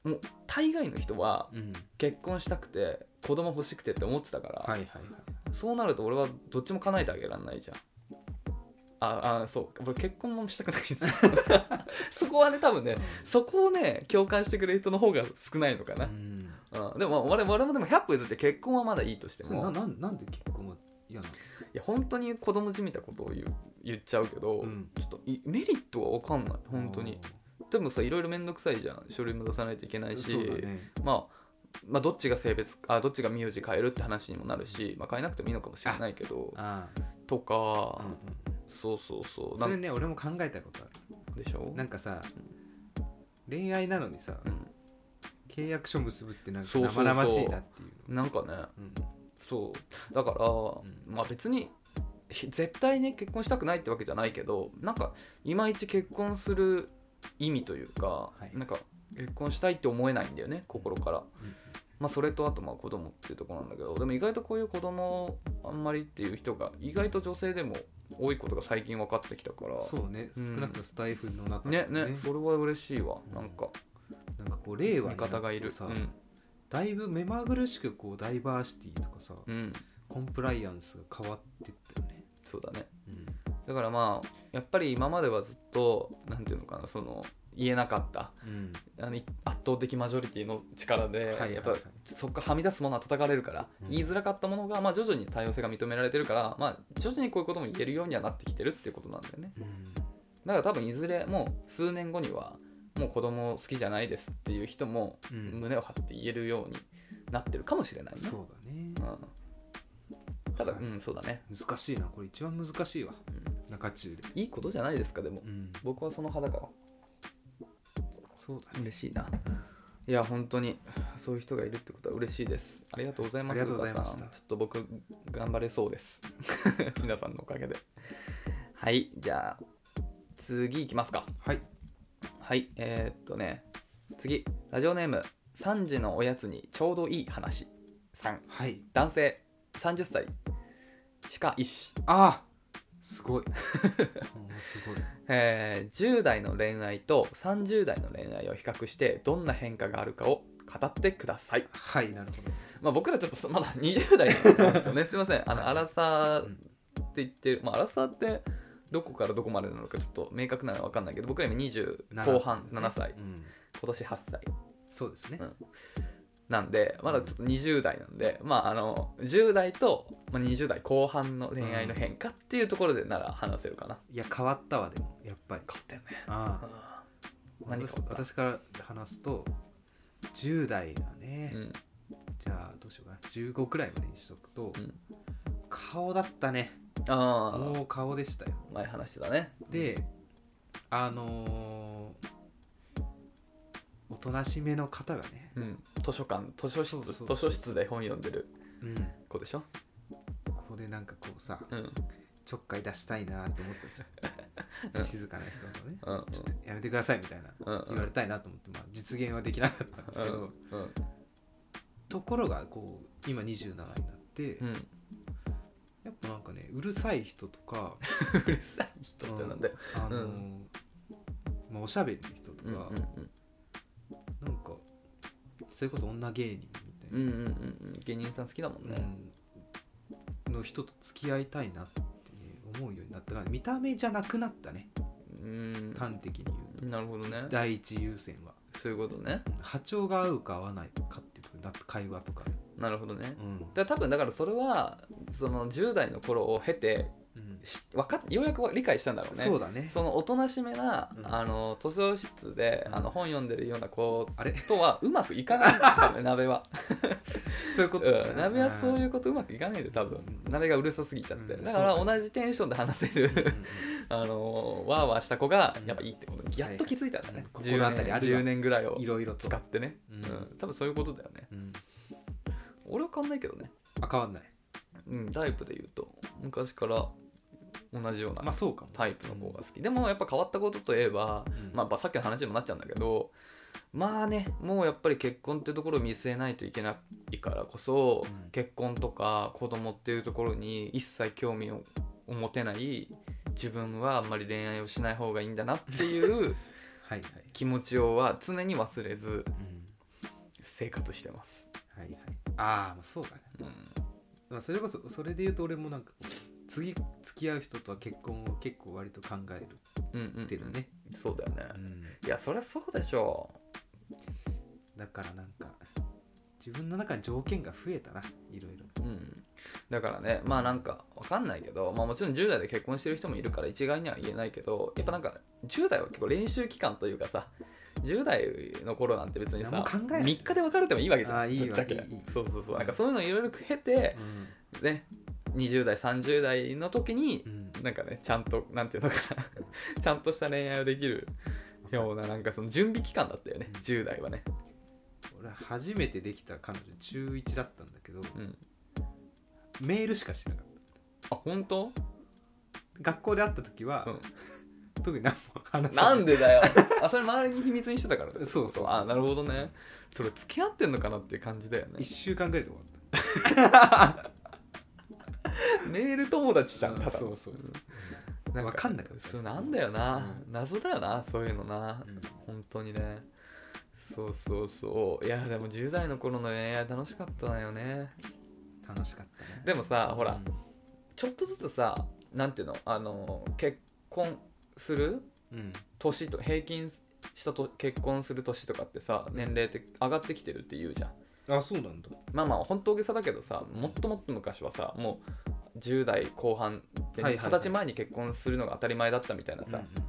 もう大概の人は結婚したくて子供欲しくてって思ってたから、はいはいはい、そうなると俺はどっちも叶えてあげられないじゃん。ああそう俺結婚もしたくないんですそこはね多分ねそこをね共感してくれる人の方が少ないのかな、うんうん、でも我々もでもひゃっぽ譲って結婚はまだいいとしてもな, な, なんで結婚は嫌なの？いや本当に子供じみたことを言 う, 言っちゃうけど、うん、ちょっとメリットは分かんない本当に。でもさいろいろめんどくさいじゃん、書類も出さないといけないし、ね、まあまあどっちが性別あどっちが名字変えるって話にもなるし、まあ、変えなくてもいいのかもしれないけどとか、うんうん、そうそうそうそれね俺も考えたことあるでしょ。 なんかさ、うん、恋愛なのにさ、うん、契約書結ぶってなんか生々しいなっていう、 そうそうそうなんかね、うん、そうだから、うん、まあ別に絶対ね結婚したくないってわけじゃないけど、なんかいまいち結婚する意味というか、はい、なんか結婚したいって思えないんだよね心から、うん、まあそれとあとまあ子供っていうところなんだけど、でも意外とこういう子供あんまりっていう人が意外と女性でも多いことが最近分かってきたから。 そうね、うん、少なくともスタイフの中で ね, ね, ねそれは嬉しいわ。なんかなんかこう令和に方がいるさ、うん、 だいぶ目まぐるしくこうダイバーシティとかさ、うん、コンプライアンスが変わってったよね。 そうだね、うん、だからまあやっぱり今まではずっとなんていうのかな、その言えなかった、うん、あの圧倒的マジョリティの力で、はいはいはい、やっぱそこからはみ出すものは叩かれるから、うん、言いづらかったものが、まあ、徐々に多様性が認められてるから、まあ、徐々にこういうことも言えるようにはなってきてるっていうことなんだよね、うん、だから多分いずれもう数年後にはもう子供好きじゃないですっていう人も胸を張って言えるようになってるかもしれないね。 そうだね、 うん、ただ、はい、うんそうだね、 難しいなこれ一番難しいわ、うん、中中でいいことじゃないですか。でも、うん、僕はその派だからそうだね、 嬉しいな。いや本当にそういう人がいるってことは嬉しいです。ありがとうございます。 ありがとうございました。 ちょっと僕頑張れそうです皆さんのおかげで。はい、じゃあ次いきますか。 はいはいえー、っとね次ラジオネームさんじのおやつにちょうどいい話さん、はい、男性さんじゅっさい歯科医師。 ああすごいすごいえー、じゅう代の恋愛とさんじゅう代の恋愛を比較してどんな変化があるかを語ってください。 はいなるほど、 まあ、僕らちょっとまだにじゅう代なんですよねすいませんあのアラサーって言ってる、まあ、アラサーってどこからどこまでなのかちょっと明確なのは分かんないけど、僕ら今にじゅう後半ななさい、うん、今年はっさいそうですね、うん、 なんでまだちょっとにじゅう代なんで、まああのじゅう代とにじゅう代後半の恋愛の変化っていうところでなら話せるかな。 いや変わったわ。でもやっぱり変わったよね。 ああ何か私から話すとじゅう代だね、うん、じゃあどうしようかなじゅうごくらいまでにしとくと、うん、顔だったね。あもう顔でしたよ。 前話してたね。 であのーおとなしめの方がね、 うん、図書館図書室そうそうそう図書室で本読んでる子でしょ、 うん、ここでなんかこうさ、うん、ちょっかい出したいなって思ったんですよ、うん、静かな人のね、うん、ちょっとやめてくださいみたいな、うん、言われたいなと思って、まあ、実現はできなかったんですけど、うんうん、ところがこう今にじゅうななになって、うん、やっぱなんかねうるさい人とかうるさい人ってなんだよ、 あのーうんまあ、おしゃべりの人とか、うんうんうんなんかそれこそ女芸人みたいな、うんうんうん、 芸人さん好きだもんね、 うん、の人と付き合いたいなって思うようになったから見た目じゃなくなったね。うん端的に言うと。 なるほどね。 第一優先はそういうことね。 波長が合うか合わないかっていうところになった会話とか。 なるほどね、うん、だから多分だからそれはそのじゅう代の頃を経てうん、わかようやく理解したんだろうね。 そうだね。 そのおとなしめな、うん、あの図書室で、うん、あの本読んでるような子とはうまくいかないんだね鍋はそういうこと、 うん、鍋はそういうことうまくいかないで多分、うん、鍋がうるさすぎちゃって、うん、だから同じテンションで話せる、うん、あのワーワーした子がやっぱいいってことにやっと気づいたんだね、はいはい、じゅうねん、心当たりあるじゅうねんぐらいを使ってね、うんうん、多分そういうことだよね、うん、俺は変わんないけどね。 あ変わんない、 うん、タイプで言うと昔から同じようなタイプの子が好き、まあ、でもやっぱ変わったことといえば、うんまあ、さっきの話にもなっちゃうんだけどまあねもうやっぱり結婚っていうところを見据えないといけないからこそ、うん、結婚とか子供っていうところに一切興味を持てない自分はあんまり恋愛をしない方がいいんだなっていうはい、はい、気持ちをは常に忘れず生活してます、 うん、はいはいああそうだね、うんまあ、それこそそれで言うと俺もなんか次付き合う人とは結婚を結構割と考えるっていうのね、 うんうん、そうだよね、うん、いやそりゃそうでしょだからなんか自分の中に条件が増えたないろいろ、 うん、だからねまあなんかわかんないけど、まあ、もちろんじゅう代で結婚してる人もいるから一概には言えないけどやっぱなんかじゅう代は結構練習期間というかさじゅう代の頃なんて別にさみっかで別れてもいいわけじゃんあいいわいいそうそうそうなんかそういうのいろいろ経て、うん、ねにじゅう代さんじゅう代の時に、うん、なんかねちゃんとなんていうのかなちゃんとした恋愛をできるようななんかその準備期間だったよね、うん、じゅう代はね俺初めてできた彼女じゅういちだったんだけど、うん、メールしかしてなかった。 あ本当？ 学校で会った時は、うん、特に何も話さない。なんでだよあそれ周りに秘密にしてたからそうそうそうそうあなるほどねそれ付き合ってんのかなっていう感じだよねいっしゅうかんぐらいで終わったメール友達じゃんただそうそうそうなんか分かんなかったそうなんだよな、うん、謎だよなそういうのな、うん、本当にねそうそうそういやでもじゅう代の頃の恋愛楽しかったのよね楽しかったねでもさほら、うん、ちょっとずつさなんていうのあの結婚する、うん、年と平均したと結婚する年とかってさ年齢って上がってきてるって言うじゃんあそうなんだまあまあ本当大げさだけどさもっともっと昔はさもうじゅう代後半ではたち前に結婚するのが当たり前だったみたいなさ、はいはいはい、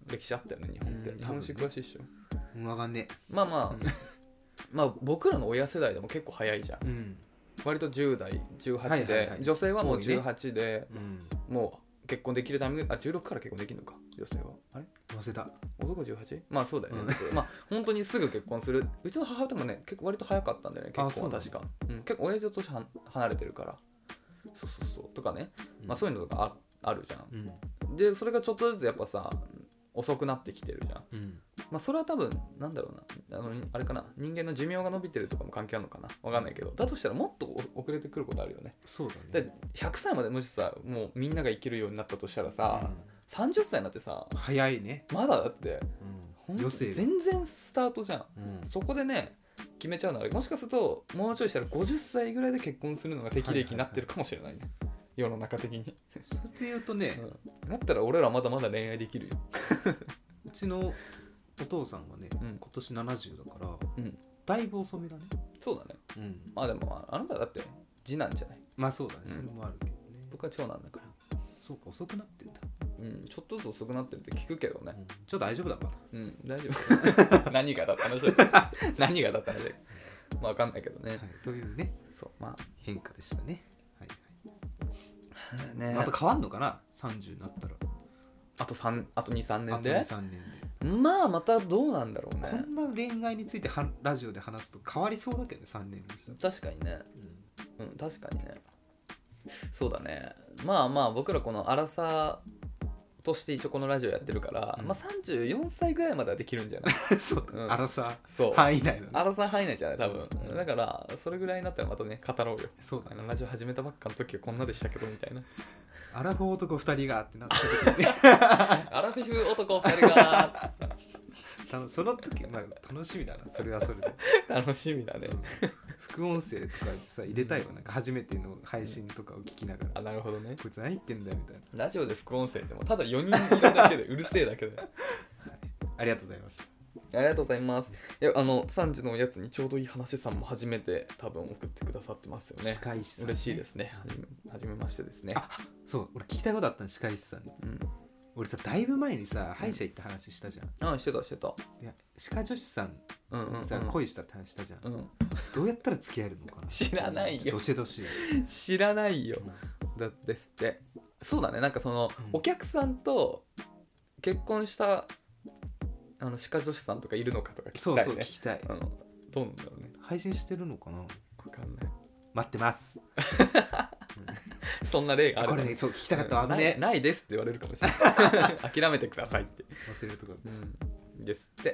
歴史あったよね日本って、うん、日本史詳しいっしょ分かんねえまあまあ、うん、まあ僕らの親世代でも結構早いじゃん、うん、割とじゅう代じゅうはちで、はいはいはい、女性はもうじゅうはちでもう、ねうん、もう結婚できるタイミングあじゅうろくから結婚できるのか女性はあれ忘れた男 じゅうはち? まあそうだよね、うん、まあ本当にすぐ結婚するうちの母親もね結構割と早かったんだよね結婚は確かう、うん、結構親父と年離れてるからそうそうそうとかね、うん、まあそういうのとか あ, あるじゃん、うん、でそれがちょっとずつやっぱさ遅くなってきてるじゃん、うん、まあそれは多分なんだろうなあのあれかな人間の寿命が伸びてるとかも関係あるのかなわかんないけどだとしたらもっと遅れてくることあるよねそうだねだひゃくさいまでもしさもうみんなが生きるようになったとしたらさ、うん、さんじゅっさいになってさ早いねまだだって、 うん、余生全然スタートじゃん、うん、そこでね決めちゃうのはもしかするともうちょいしたらごじゅっさいぐらいで結婚するのが適齢期になってるかもしれないね、はいはいはい、世の中的にそれで言うとね、 うん、だったら俺らまだまだ恋愛できるようちのお父さんがね、うん、今年ななじゅうだから、うん、だいぶ遅めだねそうだね、うん、まあでもあなただって次男じゃないまあそうだね、うん、それもあるけどね僕は長男だからそうか遅くなってんだうんちょっとずつ遅くなってるって聞くけどね、うん、 ちょっと大丈夫だまだうん大丈夫何がだった話何がだったのでまあ分かんないけどね、はい、 というねそうまあ変化でしたねはいはいね、あと変わんのかなさんじゅうになったらあとさんあと にさんねんであとにさんねんでまあまたどうなんだろうねこんな恋愛についてはラジオで話すと変わりそうだけどねさんねんで確かにね、うん、うん、確かにねそうだねまあまあ僕らこのアラサーとして一応このラジオやってるから、うん、まあさんじゅうよんさいぐらいまではできるんじゃないそう、うん、アラサー範囲内の、ね、 アラサー範囲内じゃない多分、うん、だからそれぐらいになったらまたね語ろうよそうだ、ね、 ラジオ始めたばっかの時はこんなでしたけどみたいなアラフォー男ふたりがってなった時にねアラフィフ男ふたりがその時、まあ、楽しみだなそれはそれで楽しみだね副音声とかさ入れたいわなんか初めての配信とかを聞きながら、 あなるほどねこいつ何言ってんだよみたいなラジオで副音声ってもただよにんいるだけでうるせえだけで、はい、 ありがとうございましたありがとうございます。いやあのさんじのおやつにちょうどいい話さんも初めて多分送ってくださってますよね。 歯科医師さん、 ね、嬉しいですね。はじめ、はじめましてですね。 あそう俺聞きたいことあったの歯科医師さんに、うん、俺さだいぶ前にさ歯医者行った話したじゃん、 うん、あしてたしてたいや歯科女子さんうんうんうん、さ恋したって話したじゃん、うん、どうやったら付き合えるのかな知らないよどしどし知らないよ、うん、だですってそうだねなんかその、うん、お客さんと結婚したあの歯科女子さんとかいるのかとか聞きたいね。 そうそう聞きたい。 あのどうなんだろうね。 配信してるのかな。わかんない。 待ってます。 そんな例がある。 これねそう聞きたかったわ、 うん、 ね。 ないですって言われるかもしれない。諦めてくださいって。 忘れるとか。 うん。ですって。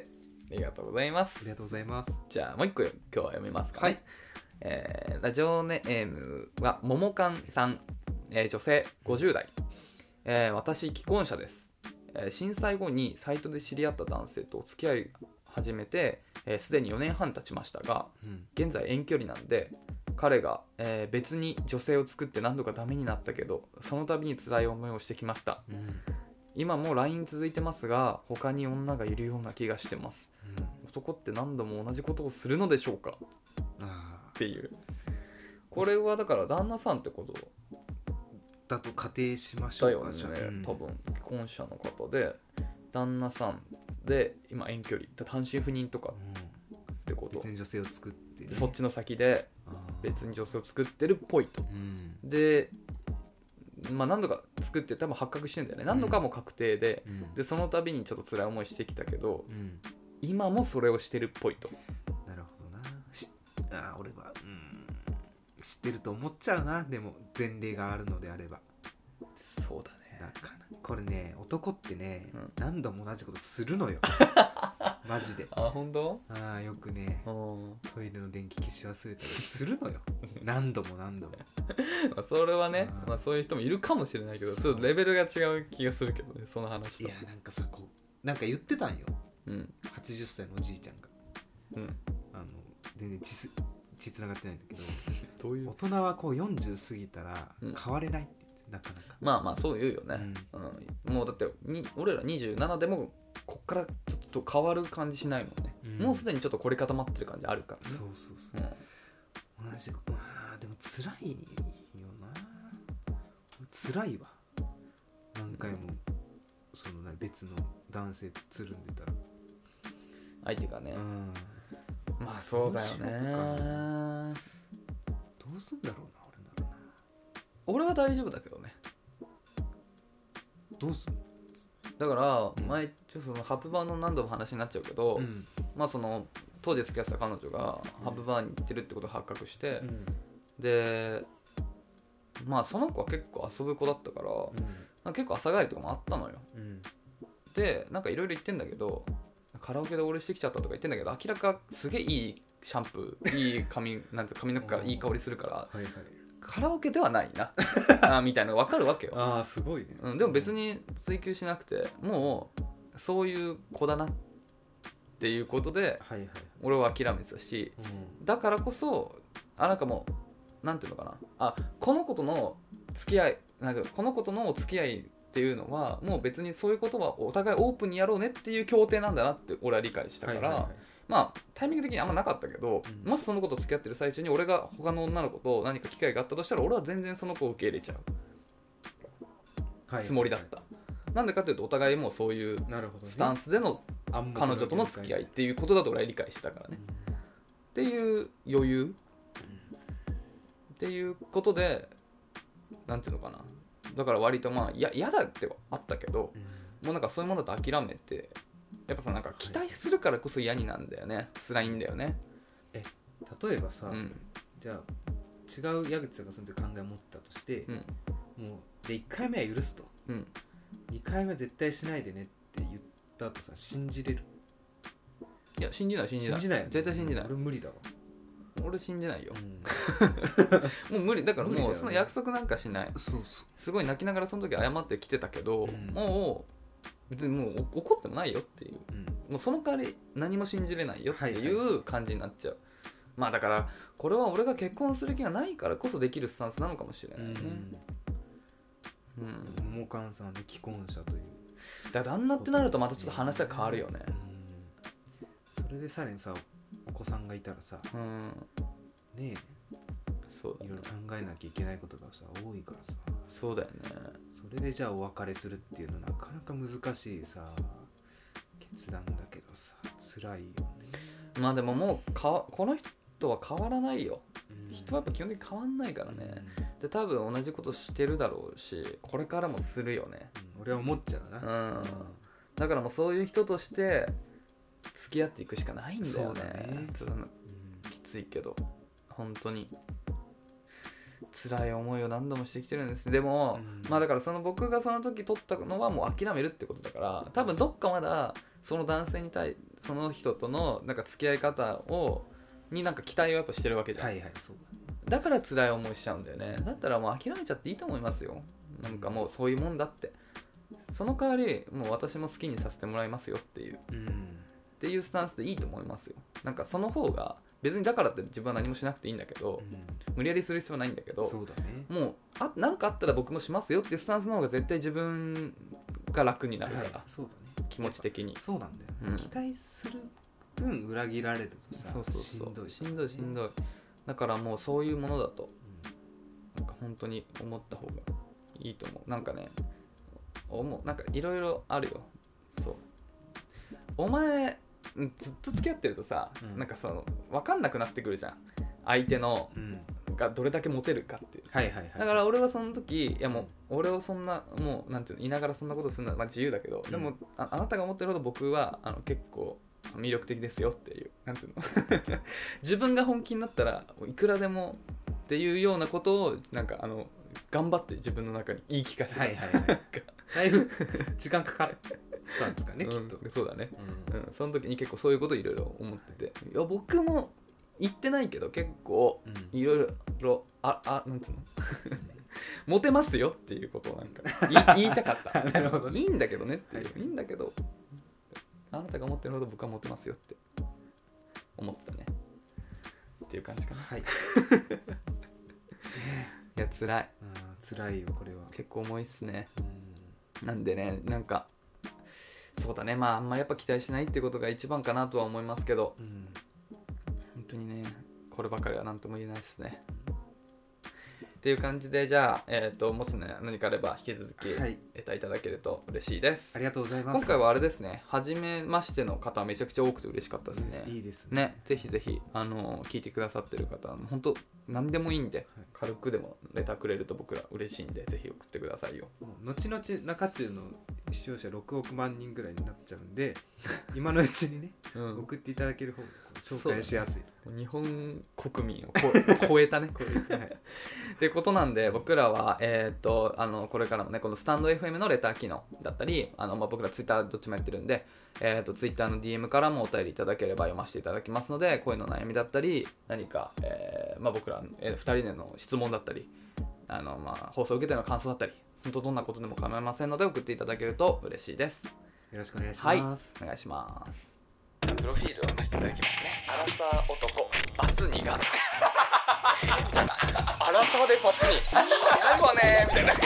りがとうございます。 ありがとうございます。 じゃあもう一個今日は読みますかね。 はい。 えーラジオネームはももかんさん、えー女性ごじゅう代、えー私既婚者です、えー震災後にサイトで知り合った男性とお付き合い始めてすで、えー、によねんはん経ちましたが、 うん、 現在遠距離なんで彼が、えー別に女性を作って何度かダメになったけどその度に辛い思いをしてきました、 うん、 今も ライン 続いてますが他に女がいるような気がしてます、うん、男って何度も同じことをするのでしょうかあっていう。これはだから旦那さんってことだと仮定しましょうか。 だよね、 うん、 多分既婚者の方で旦那さんで今遠距離単身赴任とかってこと、 別に女性を作って、ね、 そっちの先で別に女性を作ってるっぽいと、 うん、 でまあ何度か作って多分発覚してんだよね、何度かも確定で、うん、でその度にちょっと辛い思いしてきたけど、うん、今もそれをしてるっぽいと。 なるほどな。しあ俺は、うん、知ってると思っちゃうな。でも前例があるのであれば。 そうだね。 だからこれね、男ってね、うん、何度も同じことするのよマジで。 あ、本当？ ああ、よくね、トイレの電気消し忘れたりするのよ何度も何度もまあそれはね、まあ、そういう人もいるかもしれないけど、ちょっとレベルが違う気がするけどね、その話と。 いや、なんかさ、こうなんか言ってたんよ、 うん、 はちじゅっさいのおじいちゃんが、うん、あの全然血血つながってないんだけどどういう大人はこうよんじゅう過ぎたら変われないって言って、なかなかまあまあそう言うよね、うんうん、もうだってに俺らにじゅうななでもこっからちょっと変わる感じしないもんね、うん、もうすでにちょっと凝り固まってる感じあるからね。 そうそうそう、うん、同じ、まあでも辛いよな。辛いわ、何回も、うん、そのな別の男性とつるんでたら相手がね、 うん、 まあそうだよね。 どうすんだろうな、俺ならな。 俺は大丈夫だけどね。 どうすんだから前ちょっとそのハプバーの何度も話になっちゃうけど、うん、まあその当時付き合ってた彼女がハプバーに行ってるってことが発覚して、うん、でまあその子は結構遊ぶ子だったから、うん、なんか結構朝帰りとかもあったのよ、うん、でなんかいろいろ言ってんだけど、カラオケで俺してきちゃったとか言ってんだけど、明らかすげえいいシャンプーいい髪なんて髪の毛からいい香りするからはい、はい、カラオケではないなあみたいなのが分かるわけよ。 ああすごいね、 うん、でも別に追求しなくてもうそういう子だなっていうことで、はいはい、俺は諦めてたし、うん、だからこそあなんかもうなんていうのかな、あこの子との付き合いなんていうのこの子とのお付き合いっていうのはもう別にそういうことはお互いオープンにやろうねっていう協定なんだなって俺は理解したから、はいはいはい、まあタイミング的にあんまなかったけど、うん、もしその子と付き合ってる最中に俺が他の女の子と何か機会があったとしたら俺は全然その子を受け入れちゃうつもりだった、はい、なんでかというとお互いもうそういうスタンスでの彼女との付き合いっていうことだと俺は理解してたからね、うん、っていう余裕、うん、っていうことでなんていうのかな、だから割とまあ嫌だってはあったけど、うん、もうなんかそういうものだと諦めて、やっぱさなんか期待するからこそ嫌になるんだよね、はい、辛いんだよね。 え例えばさ、うん、じゃあ違う矢口さんがその時考えを持ったとして、うん、もうじゃあいっかいめは許すと、うん、にかいめは絶対しないでねって言った後さ信じれる？ いや信じない信じない信じない、ね、 絶対信じない。 俺無理だわ。 俺信じないよ、うん、もう無理だからもうその約束なんかしない。 そうそうすごい泣きながらその時謝ってきてたけど、うん、もう別にもう怒ってもないよっていう、うん、もうその代わり何も信じれないよっていう感じになっちゃう、はいはい、まあだからこれは俺が結婚する気がないからこそできるスタンスなのかもしれないね。 うん、ももかんさんで既婚者というだ旦那ってなるとまたちょっと話は変わるよね、 うん、それでさらにさお子さんがいたらさ、うん、ねえそうだね、 いろいろ考えなきゃいけないことがさ多いからさ。 そうだよね。 それでじゃあお別れするっていうのはなかなか難しいさ決断だけどさ辛いよね。 まあでももうかこの人は変わらないよ、うん、人はやっぱ基本的に変わんないからね、うん、で多分同じことしてるだろうしこれからもするよね、 うん、俺は思っちゃうな、 うんうん、だからもうそういう人として付き合っていくしかないんだよね。 そうだね、 うん、きついけど本当に辛い思いを何度もしてきてるんです。でも、うん、まあだからその僕がその時取ったのはもう諦めるってことだから多分どっかまだその男性に対その人とのなんか付き合い方をになんか期待をやっぱしてるわけじゃん、 はいはいそうだから辛い思いしちゃうんだよね。だったらもう諦めちゃっていいと思いますよ。なんかもうそういうもんだって、その代わりもう私も好きにさせてもらいますよっていう、 うん、 っていうスタンスでいいと思いますよ。なんかその方が別にだからって自分は何もしなくていいんだけど、うん、無理やりする必要はないんだけど、 そうだね、 もうあなんかあったら僕もしますよっていうスタンスの方が絶対自分が楽になるから、はい、 そうだね、 気持ち的にそうなんだよ、ね、うん、期待する分裏切られるとさ、 そうそうそう、しんどいしんどいしんどい。だからもうそういうものだと、うん、なんか本当に思った方がいいと思う。なんかね、思うなんかいろいろあるよ。そうお前ずっと付き合ってるとさ、うん、なんかその分かんなくなってくるじゃん、相手の、うん、がどれだけモテるかっていう、 はいはいはい、 だから俺はその時いやもう俺をそんなもうなんていうの言いながらそんなことするのはまあ自由だけど、うん、でも あ, あなたが思ってるほど僕はあの結構魅力的ですよっていう、なんていうの自分が本気になったらいくらでもっていうようなことをなんかあの頑張って自分の中に言い聞かせて、はいはいはい、 だいぶ時間かかったんですかね、きっと、 うん、そうだね、うんうん、その時に結構そういうこといろいろ思ってて、いや僕も言ってないけど結構いろいろああなんつうのモテますよっていうことをなんか言 い, 言いたかったなるほど、ね、いいんだけどねっていう、はい、いいんだけどあなたが思ってるほど僕はモテますよって思ったねっていう感じかな。はいいや辛い、 うん、辛いよこれは結構重いっすね。うんなんでね、なんかそうだね、まああんまりやっぱ期待しないっていうことが一番かなとは思いますけど、うん、本当にねこればかりは何とも言えないですねっていう感じで、じゃあ、えー、ともし、ね、何かあれば引き続きレターいただけると嬉しいです、 はい、ありがとうございます。 今回はあれですね、初めましての方めちゃくちゃ多くて嬉しかったですね。 いいですね, ねぜひぜひあの聞いてくださってる方本当何でもいいんで、はい、軽くでもレターくれると僕ら嬉しいんでぜひ送ってくださいよ。 後々中中の視聴者ろくおくまん人ぐらいになっちゃうんで今のうちにね、うん、送っていただける方が紹介しやすい、 日本国民を超えたね超えた、はい、っていうことなんで僕らは、えー、とあのこれからもねこのスタンド エフエム のレター機能だったりあの、まあ、僕らツイッターどっちもやってるんで、えー、とツイッターの ディーエム からもお便りいただければ読ませていただきますので、声の悩みだったり何か、えーまあ、僕ら、えー、ふたりでの質問だったりあの、まあ、放送を受けての感想だったり本当どんなことでも構いませんので送っていただけると嬉しいです。 よろしくお願いします。はい、 お願いします。プロフィールを出していただきますね。アラサー男バツニがアラサーでバツニないわねみたいな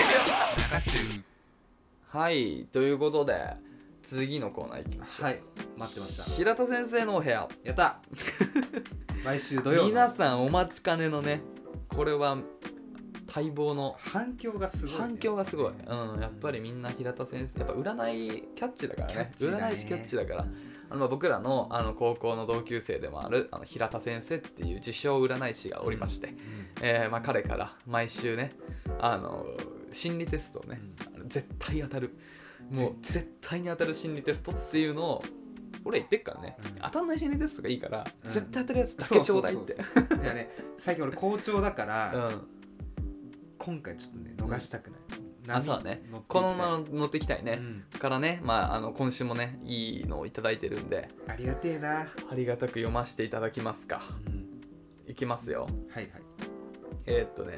はいということで次のコーナー行きましょう。 はい待ってました。 平田先生のお部屋やった毎週土曜の皆さんお待ちかねのねこれは待望の反響がすごい、ね、 反響がすごい、うん、やっぱりみんな平田先生やっぱ占いキャッチだからね、ね占い師キャッチだからあの、まあ、僕らの、あの高校の同級生でもあるあの平田先生っていう自称占い師がおりまして、うんえーまあ、彼から毎週ねあの心理テストをね、うん、絶対当たるもう絶対に当たる心理テストっていうのを俺言ってっからね、うん、当たんない心理テストがいいから、うん、絶対当たるやつだけちょうだいっていやね最近俺校長だから、うん今回ちょっとね逃したくない、 うん、あそうねこのまま乗っていきたいね、うん、からね、まあ、あの今週もねいいのをいただいてるんでありがてえなありがたく読ませていただきますか、うん、いきますよ。 はいはいえー、っとね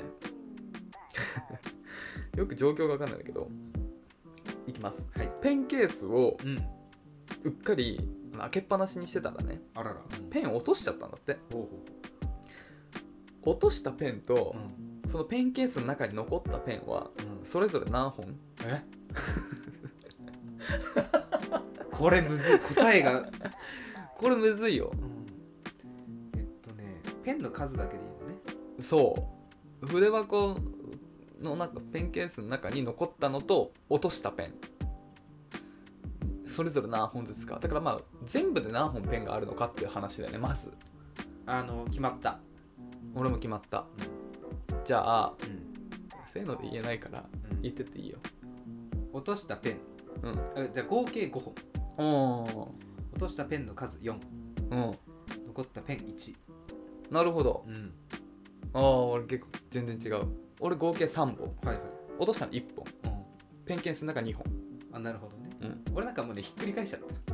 よく状況が分かんないんだけどいきます、はい、ペンケースをうっかり開けっぱなしにしてたんだね。 あらら、 ペンを落としちゃったんだって。ほうほう落としたペンと、うんそのペンケースの中に残ったペンはそれぞれ何本？ えこれむずい答えがこれむずいよ、うん、 えっとねペンの数だけでいいのね。 そう筆箱の中ペンケースの中に残ったのと落としたペンそれぞれ何本ですか。だからまあ全部で何本ペンがあるのかっていう話だよね。まずあの決まった。 俺も決まった、うんじゃあ、うん、せーので言えないから言ってていいよ、 うん、落としたペン、うん、あじゃあ合計ごほん。お落としたペンの数よん、うん、残ったペンいち。 なるほど、うん、ああ俺結構全然違う。俺合計さんぼん、はいはい、落としたのいっぽん、うん、ペンケースの中にほん。 あなるほどね、うん、俺なんかもうねひっくり返しちゃった。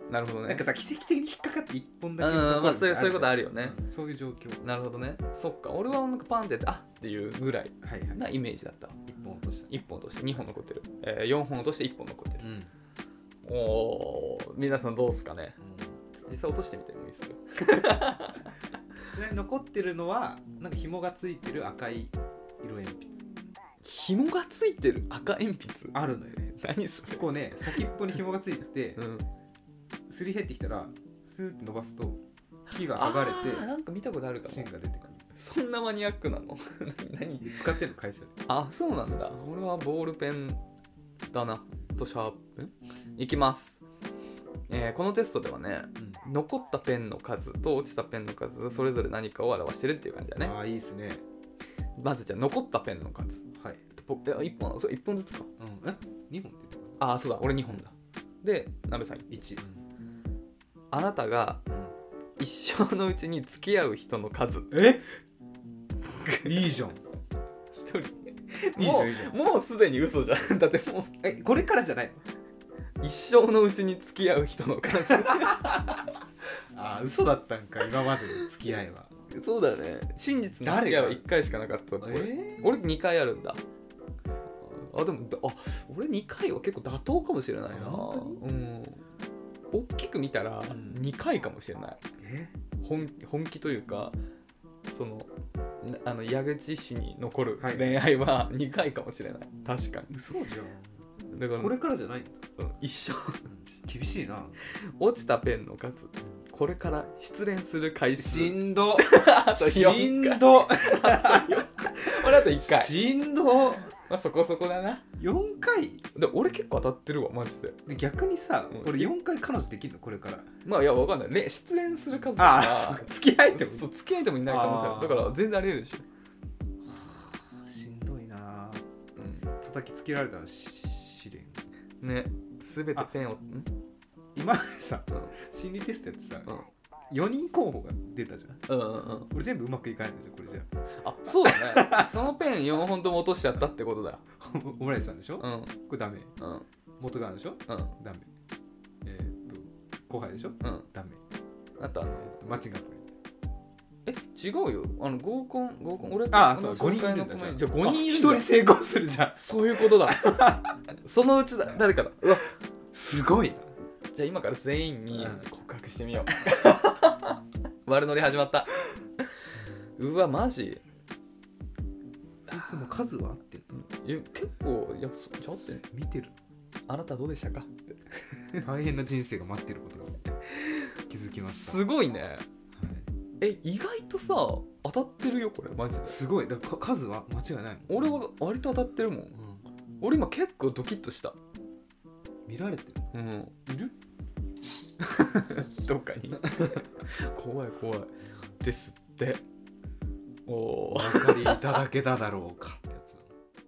なるほどね。 なんかさ奇跡的に引っかかっていっぽんだけうん、まあそういうそういうことあるるよね、 うん、そういう状況。 なるほどね。そっか、俺はなんかパンってやってあっていうぐらいはいはい。 なイメージだったわ。 いっぽん落とした。 いっぽん落としてにほん残ってる、えー、よんほん落としていっぽん残ってる、 うん。 おー、皆さんどうすかね。実際落としてみてもいいっすよ。 ちなみに残ってるのはなんか紐がついてる赤い色鉛筆紐がついてる赤鉛筆あるのよね。 何それ。 こうね先っぽに紐がついてて、 うん、 すり減ってきたらスーって伸ばすと木が剥がれてあーなんか見たことあるかも。 芯が出てくる。 そんなマニアックなの。何。 使ってるの会社で。 あ、そうなんだ。 そうそうそう俺はボールペンだなとシャープんいきます、えー、このテストではね、 うん、 残ったペンの数と落ちたペンの数それぞれ何かを表してるっていう感じだね。 ああいいですね。 まずじゃあ残ったペンの数。 はい。 いっぽん、そういっぽんずつか。 うん、えにほんって言ってああそうだ、俺にほんだ。で、なべさんたいち、 あなたがうん、 一生のうちに付き合う人の数。 えいいじゃん。 一人。 いいじゃんいいじゃん。 もうすでに嘘じゃん。だってもうえこれからじゃないの。 一生のうちに付き合う人の数。 ああ嘘だったんか今までの付き合いは。 そうだね。真実の付き合いはいっかいしかなかった。 えー、 俺にかいあるんだ。あでもあ俺にかいは結構妥当かもしれないな。うん。大きく見たらにかいかもしれない。 え本, 本気というかそのあの矢口市に残るはい恋愛はにかいかもしれない。確かに。 嘘じゃん。 だからこれからじゃないんだ。 うん一生厳しいな。 落ちたペンの数。これから失恋する回数。 しんどあとしよんかい。 んど俺あといっかい。 しんどまあ、そこそこだな。 よんかいで俺結構当たってるわマジで。 で逆にさ、 うん俺よんかい彼女できるのこれから。 まあいやわかんない。れ失恋する数あがあそうか付き合いってこそう付き合いでもいない可能性ある。 あーだから全然あり得るでしょ。 と。しんどいな。 う叩きつけられたらし試練。 ん、ね全てペンをん今までさうん心理テストやってさ、 うんよにん候補が出たじゃん。 うんうんうん俺全部うまくいかないんでしょこれじゃあそうだね。そのペンよんほんとも落としちゃったってことだよ。 あオムライスさんでしょ、 うんこれダメ。 うん元カノでしょうんダメ。えー、っと後輩でしょうんダメ。 あとあのえーっとマッチングアプリ。 え違うよ。あの合コン合コン俺ああそうのごにんい紹介のるんだじゃあ子にじゃあごにんいるんだ。 ひとり成功するじゃん。 そういうことだ。そのうちだ誰かだ。うわすごいな。 じゃあ今から全員にうん告白してみよう。悪ノリ始まった。うわマジ。 そいつも数は合ってんの。 いや結構いやそちょっとね見てる。 あなたどうでしたかって大変な人生が待ってることが気づきました。 すごいね。 はいえ意外とさ当たってるよこれマジで。 すごい。だからか数は間違いないもん。 俺は割と当たってるもん。 うん、 俺今結構ドキッとした。 見られてる。 うんいる？ どっかに怖い怖いですっておおお分かりいただけただろうかってやつ。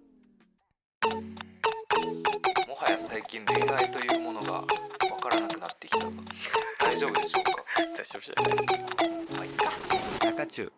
もはや最近恋愛というものがわからなくなってきたが大丈夫でしょうか。 大丈夫じゃないまあいいか。 中中。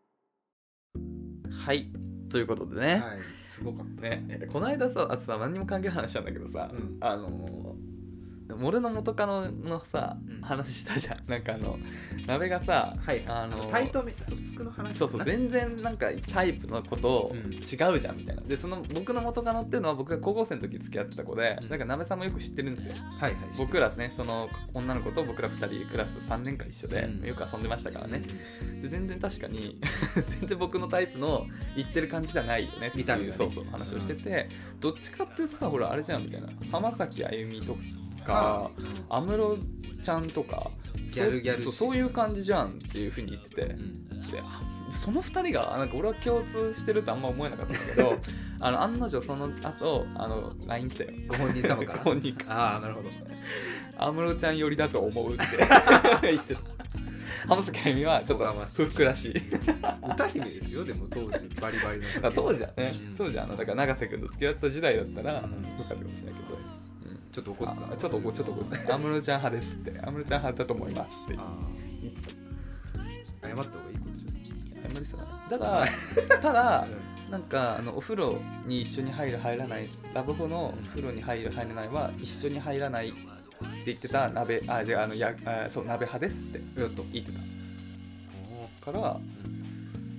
はいということでね、 はい、すごかった。 ねこの間さあとさ何にも関係ない話なんだけどさ、 うんあの俺の元カノのさ、 うん話したじゃん。なんかあの鍋がさ、 はい、 あのタイトめ、そう服の話。 そうそう全然なんかタイプの子とうん違うじゃんみたいな。でその僕の元カノっていうのは僕が高校生の時付き合ってた子で、 うんなんか鍋さんもよく知ってるんですよ。 はいはい。 僕らねその女の子と僕らふたりクラスさんねんかん一緒で、 うんよく遊んでましたからね。で全然確かに全然僕のタイプの言ってる感じじゃないよねっていう、 見た目がねそうそう話をしてて、どっちかっていうとさほらあれじゃんみたいな、浜崎あゆみとかか安室ちゃんとかギャルギャルそうそういう感じじゃんっていう風に言ってて、 うんでそのふたりがなんか俺は共通してるとあんま思えなかったんだけどあの案の定その後あの ライン 来たよ。 ご本人様から。 ご本人からああ、なるほど。 安室ちゃん寄りだと思うって言ってた。浜崎あゆみはちょっと不服らしい。 歌姫ですよ、でも当時バリバリの時。 まあ当時はね、 うん当時はあのだから永瀬君と付き合ってた時代だったら、 うんよかったかもしれないけど、うんちょっと怒ってた。 あちょっと怒ちょっと怒ってた。安室ちゃん派ですって、安室ちゃん派だと思いますってあ言ってた。 あ、謝った方がいいことじあんまりさ、ただたゃだん。 なんかあのお風呂に一緒に入る入らない、ラブホのお風呂に入る入らないは一緒に入らない言ってた鍋あじゃああのやあそう鍋派ですってやっと言ってたから、うん、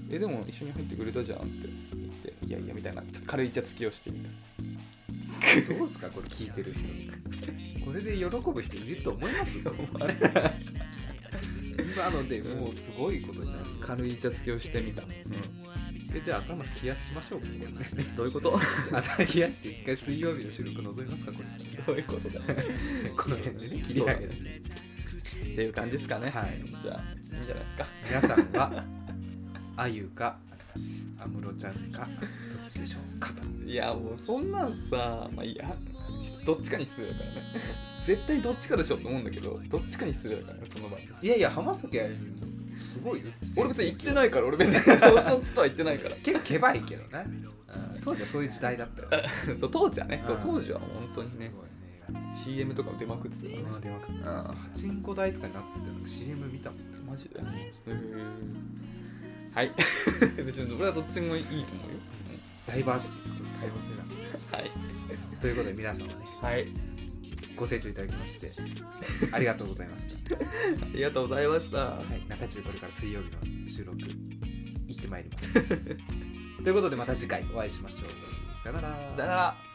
えでも一緒に入ってくれたじゃんって言っていやいやみたいなちょっと軽いイチャつきをしてみた。 どうですかこれ聞いてる人これで喜ぶ人いると思います今のでもうすごいことになる。 軽いイチャつきをしてみた、うん、 でじゃあ頭冷やしましょうかどういうこと頭冷やして一回水曜日の収録覗みますかこれどういうことだこの辺でね切り上げるっていう感じですかね。 はいじゃあいいんじゃないですか。 皆さんはあゆか安室ちゃんかどっちでしょうかと。 いやもうそんなんさまあいいやどっちかに失礼だからね絶対どっちかでしょって思うんだけどどっちかに失礼だからねその場合。 いやいや浜崎あゆみもすごいよ。 俺別に言ってないから俺別にそっちとは言ってないから結構ケバいけどね、うん、当時はそういう時代だったよそう当時はねそう当時は本当にね シーエム とかも出まくってたよね。 あ出まくってパチンコ台とかになってたの シーエム 見たもん。 マジで、うん、へはい別に俺はどっちもいいと思うよ。 ダイバーシティ多様性だはいということで皆さんはね、 はい、 ご清聴いただきましてありがとうございましたありがとうございました。 はい、中中これから水曜日の収録行ってまいりますということでまた次回お会いしましょう。さよなら。 さよなら。